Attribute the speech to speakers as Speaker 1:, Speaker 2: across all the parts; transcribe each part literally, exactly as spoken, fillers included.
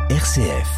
Speaker 1: R C F.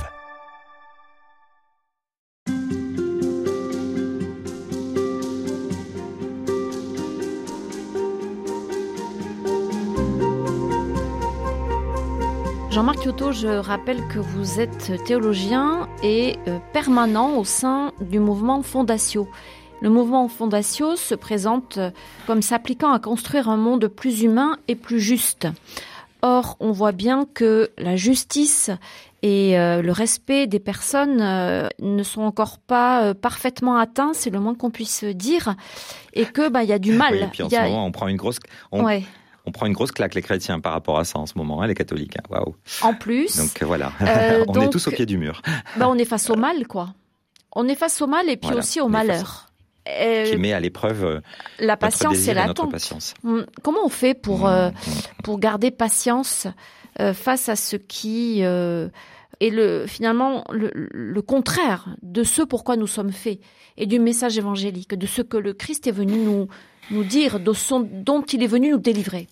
Speaker 2: Jean-Marc Liottot, je rappelle que vous êtes théologien et euh, permanent au sein du mouvement Fondatio. Le mouvement Fondatio se présente comme s'appliquant à construire un monde plus humain et plus juste. Or, on voit bien que la justice et euh, le respect des personnes euh, ne sont encore pas euh, parfaitement atteints, c'est le moins qu'on puisse dire, et que bah il y a du mal.
Speaker 3: Oui, et puis en
Speaker 2: y a...
Speaker 3: ce moment, on prend une grosse... On...
Speaker 2: Ouais.
Speaker 3: On prend une grosse claque, les chrétiens, par rapport à ça en ce moment, hein, les catholiques. Hein. Waouh.
Speaker 2: En plus.
Speaker 3: Donc voilà,
Speaker 2: euh,
Speaker 3: on
Speaker 2: donc,
Speaker 3: est tous au pied du mur.
Speaker 2: Bah, on est face au mal, quoi. On est face au mal et puis
Speaker 3: voilà,
Speaker 2: aussi au malheur.
Speaker 3: Euh, qui met à l'épreuve euh,
Speaker 2: la patience et l'attente.
Speaker 3: Patience.
Speaker 2: Comment on fait pour,
Speaker 3: mmh,
Speaker 2: euh,
Speaker 3: mmh.
Speaker 2: pour garder patience euh, face à ce qui euh, est le, finalement le, le contraire de ce pourquoi nous sommes faits et du message évangélique, de ce que le Christ est venu nous, nous dire, de son, dont il est venu nous délivrer?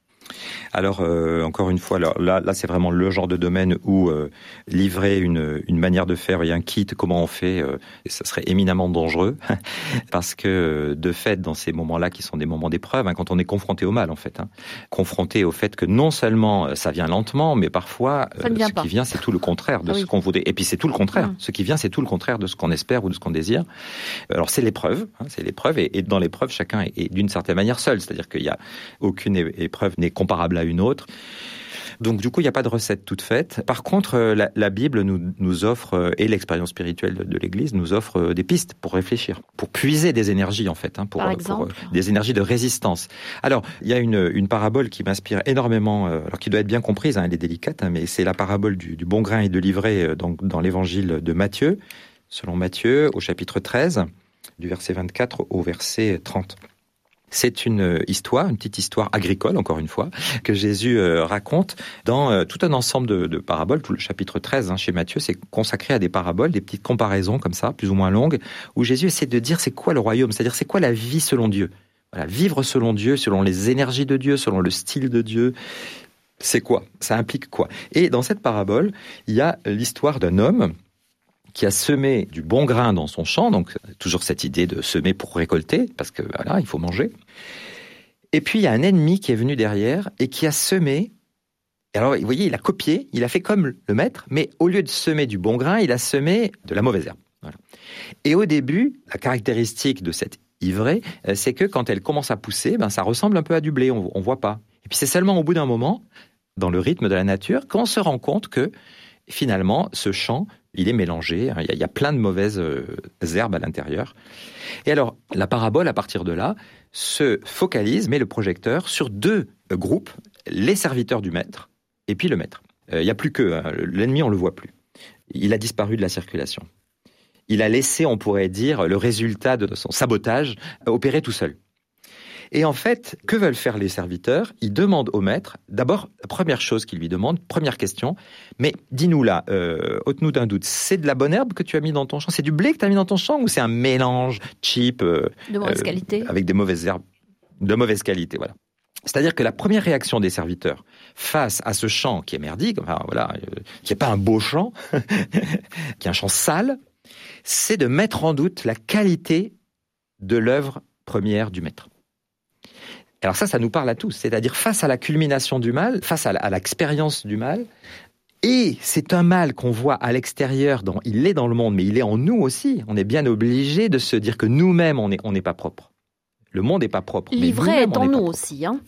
Speaker 3: Alors, euh, encore une fois, alors là, là, c'est vraiment le genre de domaine où euh, livrer une, une manière de faire et un kit, comment on fait, euh, ça serait éminemment dangereux, parce que de fait, dans ces moments-là, qui sont des moments d'épreuve, hein, quand on est confronté au mal, en fait, hein, confronté au fait que non seulement ça vient lentement, mais parfois, euh, ce
Speaker 2: pas.
Speaker 3: qui vient, c'est tout le contraire de
Speaker 2: ah oui.
Speaker 3: ce qu'on voudrait. Et puis, c'est tout le contraire.
Speaker 2: Mmh.
Speaker 3: Ce qui vient, c'est tout le contraire de ce qu'on espère ou de ce qu'on désire. Alors, c'est l'épreuve, hein, c'est l'épreuve, et, et dans l'épreuve, chacun est, est d'une certaine manière seul, c'est-à-dire qu'il y a aucune épreuve n'est comparable à une autre. Donc du coup, il n'y a pas de recette toute faite. Par contre, la, la Bible nous, nous offre, et l'expérience spirituelle de, de l'Église nous offre des pistes pour réfléchir, pour puiser des énergies en fait, hein, pour,
Speaker 2: Par exemple.
Speaker 3: pour des énergies de résistance. Alors, il y a une, une parabole qui m'inspire énormément, alors qui doit être bien comprise, hein, elle est délicate, hein, mais c'est la parabole du, du bon grain et de l'ivraie dans, dans l'évangile de Matthieu, selon Matthieu, au chapitre treize, du verset vingt-quatre au verset trente. C'est une histoire, une petite histoire agricole, encore une fois, que Jésus euh, raconte dans euh, tout un ensemble de, de paraboles. Tout le chapitre treize, hein, chez Matthieu, c'est consacré à des paraboles, des petites comparaisons comme ça, plus ou moins longues, où Jésus essaie de dire c'est quoi le royaume, c'est-à-dire c'est quoi la vie selon Dieu. Voilà, vivre selon Dieu, selon les énergies de Dieu, selon le style de Dieu. C'est quoi ? Ça implique quoi ? Et dans cette parabole, il y a l'histoire d'un homme qui a semé du bon grain dans son champ, donc toujours cette idée de semer pour récolter, parce que voilà, il faut manger. Et puis il y a un ennemi qui est venu derrière et qui a semé. Alors vous voyez, il a copié, il a fait comme le maître, mais au lieu de semer du bon grain, il a semé de la mauvaise herbe. Voilà. Et au début, la caractéristique de cette ivraie, c'est que quand elle commence à pousser, ben ça ressemble un peu à du blé, on, on voit pas. Et puis c'est seulement au bout d'un moment, dans le rythme de la nature, qu'on se rend compte que finalement, ce champ, il est mélangé, il y a plein de mauvaises herbes à l'intérieur. Et alors, la parabole, à partir de là, se focalise, met le projecteur sur deux groupes, les serviteurs du maître et puis le maître. Il n'y a plus que, hein, l'ennemi, on ne le voit plus. Il a disparu de la circulation. Il a laissé, on pourrait dire, le résultat de son sabotage opérer tout seul. Et en fait, que veulent faire les serviteurs ? Ils demandent au maître, d'abord, la première chose qu'ils lui demandent, première question, mais dis-nous là, euh, ôte-nous d'un doute, c'est de la bonne herbe que tu as mis dans ton champ ? C'est du blé que tu as mis dans ton champ ou c'est un mélange cheap euh,
Speaker 2: de mauvaise euh, qualité,
Speaker 3: avec des mauvaises herbes de mauvaise qualité, voilà. C'est-à-dire que la première réaction des serviteurs face à ce champ qui est merdique, enfin voilà, euh, qui n'est pas un beau champ, qui est un champ sale, c'est de mettre en doute la qualité de l'œuvre première du maître. Alors ça, ça nous parle à tous, c'est-à-dire face à la culmination du mal, face à l'expérience du mal, et c'est un mal qu'on voit à l'extérieur, dont il est dans le monde, mais il est en nous aussi. On est bien obligé de se dire que nous-mêmes, on n'est on n'est pas propre. Le monde n'est pas propre.
Speaker 2: L'ivraie est en nous aussi, hein.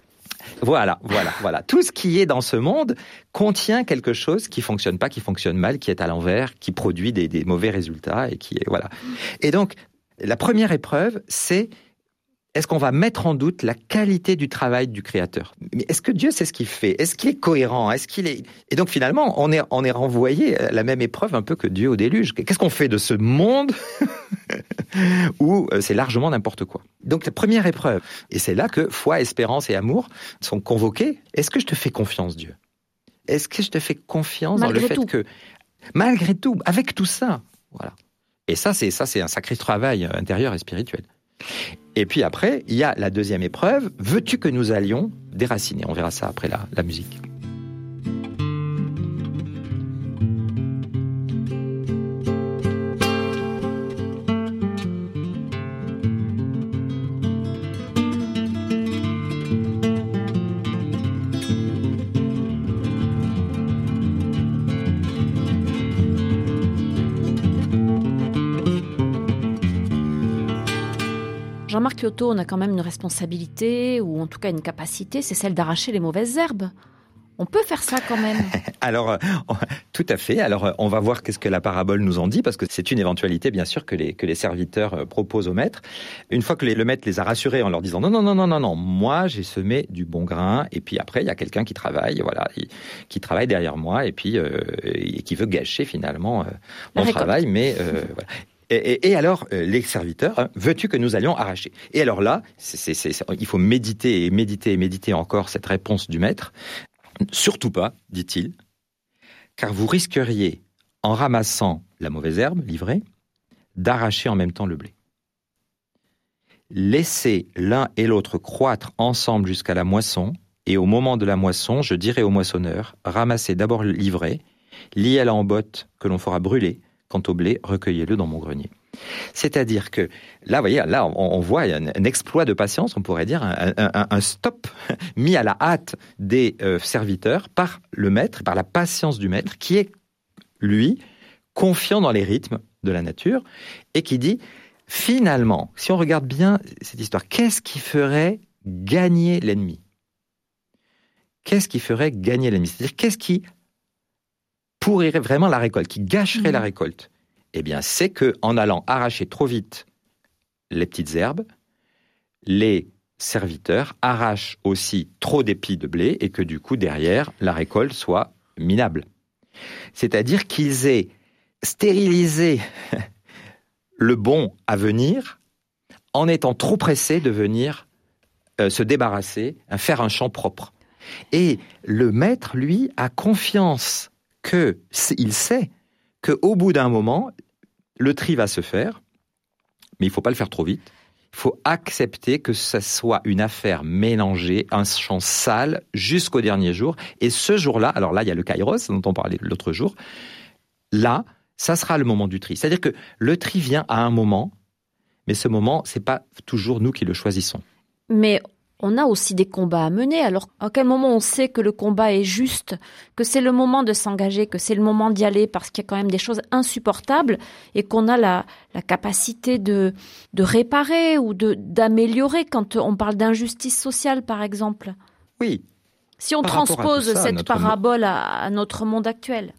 Speaker 3: Voilà, voilà, voilà. Tout ce qui est dans ce monde contient quelque chose qui fonctionne pas, qui fonctionne mal, qui est à l'envers, qui produit des, des mauvais résultats et qui est voilà. Et donc, la première épreuve, c'est est-ce qu'on va mettre en doute la qualité du travail du Créateur ? Mais est-ce que Dieu sait ce qu'il fait ? Est-ce qu'il est cohérent ? Est-ce qu'il est... Et donc finalement, on est, on est renvoyé à la même épreuve un peu que Dieu au déluge. Qu'est-ce qu'on fait de ce monde où c'est largement n'importe quoi ? Donc la première épreuve, et c'est là que foi, espérance et amour sont convoqués. Est-ce que je te fais confiance, Dieu ? Est-ce que je te fais confiance
Speaker 2: malgré
Speaker 3: dans le fait
Speaker 2: tout.
Speaker 3: que, malgré tout, avec tout ça, voilà. Et ça, c'est, ça, c'est un sacré travail intérieur et spirituel. Et puis après, il y a la deuxième épreuve. Veux-tu que nous allions déraciner ? On verra ça après la, la musique.
Speaker 2: Jean-Marc Liottot, on a quand même une responsabilité, ou en tout cas une capacité, c'est celle d'arracher les mauvaises herbes. On peut faire ça quand même.
Speaker 3: Alors, tout à fait. Alors, on va voir qu'est-ce que la parabole nous en dit, parce que c'est une éventualité, bien sûr, que les, que les serviteurs proposent au maître. Une fois que les, le maître les a rassurés en leur disant « Non, non, non, non, non, non, moi, j'ai semé du bon grain. » Et puis après, il y a quelqu'un qui travaille, voilà, qui travaille derrière moi et puis euh, et qui veut gâcher finalement euh, mon travail. Mais euh, voilà. Et, et, et alors, euh, les serviteurs, hein, veux-tu que nous allions arracher ? Et alors là, c'est, c'est, c'est, il faut méditer et méditer et méditer encore cette réponse du maître. Surtout pas, dit-il, car vous risqueriez, en ramassant la mauvaise herbe livrée, d'arracher en même temps le blé. Laissez l'un et l'autre croître ensemble jusqu'à la moisson, et au moment de la moisson, je dirai au moissonneur, ramassez d'abord le livret, liez-le en botte que l'on fera brûler, quant au blé, recueillez-le dans mon grenier. C'est-à-dire que là, vous voyez, là, on, on voit un, un exploit de patience, on pourrait dire, un, un, un stop mis à la hâte des euh, serviteurs par le maître, par la patience du maître, qui est, lui, confiant dans les rythmes de la nature, et qui dit, finalement, si on regarde bien cette histoire, qu'est-ce qui ferait gagner l'ennemi ? Qu'est-ce qui ferait gagner l'ennemi ? C'est-à-dire, qu'est-ce qui pourrirait vraiment la récolte, qui gâcherait mmh. la récolte ? Eh bien, c'est qu'en allant arracher trop vite les petites herbes, les serviteurs arrachent aussi trop d'épis de blé et que du coup, derrière, la récolte soit minable. C'est-à-dire qu'ils aient stérilisé le bon à venir en étant trop pressés de venir euh, se débarrasser, faire un champ propre. Et le maître, lui, a confiance qu'il sait qu'au bout d'un moment, le tri va se faire, mais il ne faut pas le faire trop vite. Il faut accepter que ce soit une affaire mélangée, un champ sale, jusqu'au dernier jour. Et ce jour-là, alors là, il y a le kairos dont on parlait l'autre jour, là, ça sera le moment du tri. C'est-à-dire que le tri vient à un moment, mais ce moment, ce n'est pas toujours nous qui le choisissons.
Speaker 2: Mais on a aussi des combats à mener. Alors, à quel moment on sait que le combat est juste, que c'est le moment de s'engager, que c'est le moment d'y aller parce qu'il y a quand même des choses insupportables et qu'on a la, la capacité de, de réparer ou de, d'améliorer quand on parle d'injustice sociale, par exemple.
Speaker 3: Oui.
Speaker 2: Si on Par transpose ça, cette parabole à, à notre monde actuel.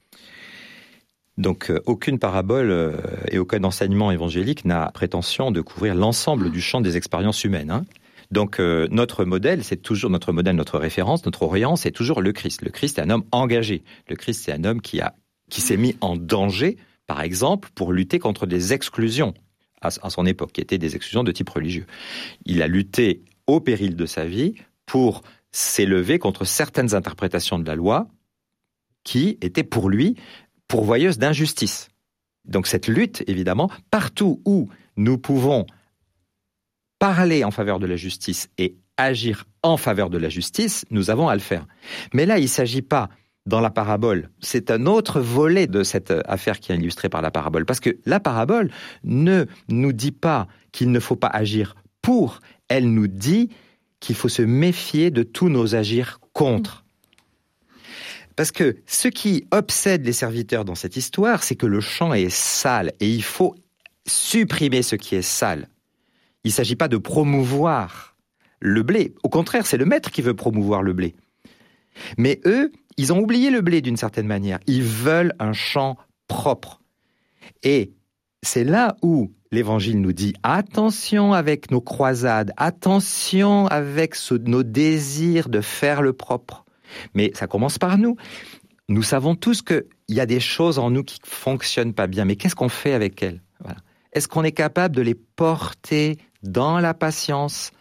Speaker 3: Donc, euh, aucune parabole euh, et aucun enseignement évangélique n'a prétention de couvrir l'ensemble mmh. du champ des expériences humaines, hein. Donc euh, notre modèle, c'est toujours notre modèle, notre référence, notre orient, c'est toujours le Christ. Le Christ est un homme engagé. Le Christ, c'est un homme qui a qui s'est mis en danger, par exemple, pour lutter contre des exclusions à, à son époque, qui étaient des exclusions de type religieux. Il a lutté au péril de sa vie pour s'élever contre certaines interprétations de la loi qui étaient pour lui pourvoyeuses d'injustice. Donc cette lutte, évidemment, partout où nous pouvons parler en faveur de la justice et agir en faveur de la justice, nous avons à le faire. Mais là, il ne s'agit pas, dans la parabole, c'est un autre volet de cette affaire qui est illustrée par la parabole, parce que la parabole ne nous dit pas qu'il ne faut pas agir pour, elle nous dit qu'il faut se méfier de tous nos agirs contre. Parce que ce qui obsède les serviteurs dans cette histoire, c'est que le champ est sale et il faut supprimer ce qui est sale. Il ne s'agit pas de promouvoir le blé. Au contraire, c'est le maître qui veut promouvoir le blé. Mais eux, ils ont oublié le blé d'une certaine manière. Ils veulent un champ propre. Et c'est là où l'Évangile nous dit « Attention avec nos croisades, attention avec ce, nos désirs de faire le propre. » Mais ça commence par nous. Nous savons tous qu'il y a des choses en nous qui ne fonctionnent pas bien. Mais qu'est-ce qu'on fait avec elles ? Voilà. Est-ce qu'on est capable de les porter dans la patience,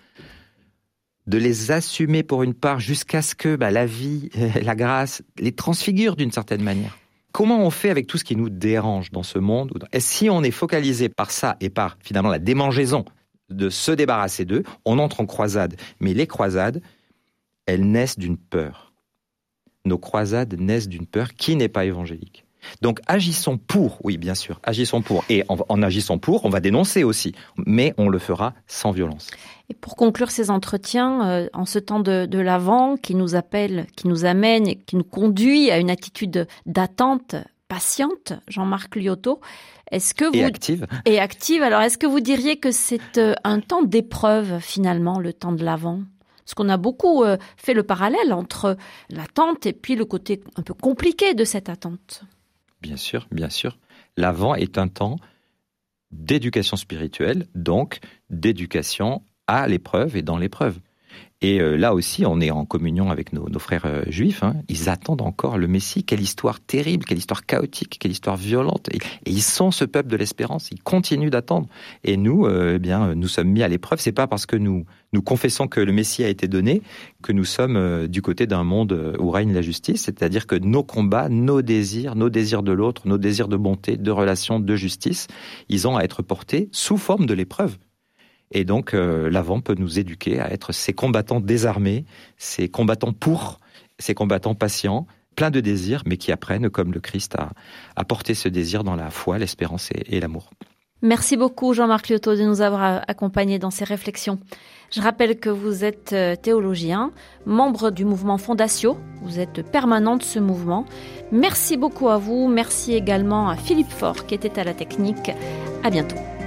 Speaker 3: de les assumer pour une part jusqu'à ce que bah, la vie, la grâce, les transfigure d'une certaine manière ? Comment on fait avec tout ce qui nous dérange dans ce monde ? Et si on est focalisé par ça et par finalement la démangeaison de se débarrasser d'eux, on entre en croisade. Mais les croisades, elles naissent d'une peur. Nos croisades naissent d'une peur qui n'est pas évangélique. Donc agissons pour, oui bien sûr, agissons pour. Et en, en agissant pour, on va dénoncer aussi, mais on le fera sans violence.
Speaker 2: Et pour conclure ces entretiens, euh, en ce temps de, de l'Avent qui nous appelle, qui nous amène, qui nous conduit à une attitude d'attente patiente, Jean-Marc Liottot. Est-ce que vous...
Speaker 3: Et active.
Speaker 2: Et active. Alors, est-ce que vous diriez que c'est un temps d'épreuve, finalement, le temps de l'Avent ? Parce qu'on a beaucoup fait le parallèle entre l'attente et puis le côté un peu compliqué de cette attente.
Speaker 3: Bien sûr, bien sûr. L'Avent est un temps d'éducation spirituelle, donc d'éducation à l'épreuve et dans l'épreuve. Et euh, là aussi, on est en communion avec nos, nos frères euh, juifs. Hein. Ils attendent encore le Messie. Quelle histoire terrible, quelle histoire chaotique, quelle histoire violente. Et, et ils sont ce peuple de l'espérance. Ils continuent d'attendre. Et nous, euh, eh bien, nous sommes mis à l'épreuve. C'est pas parce que nous nous confessons que le Messie a été donné que nous sommes euh, du côté d'un monde où règne la justice. C'est-à-dire que nos combats, nos désirs, nos désirs de l'autre, nos désirs de bonté, de relation, de justice, ils ont à être portés sous forme de l'épreuve. Et donc, euh, l'Avent peut nous éduquer à être ces combattants désarmés, ces combattants pour, ces combattants patients, pleins de désirs, mais qui apprennent, comme le Christ, à, à porter ce désir dans la foi, l'espérance et, et l'amour.
Speaker 2: Merci beaucoup, Jean-Marc Liottot, de nous avoir accompagnés dans ces réflexions. Je rappelle que vous êtes théologien, membre du mouvement Fondatio. Vous êtes permanent de ce mouvement. Merci beaucoup à vous. Merci également à Philippe Faure, qui était à la technique. À bientôt.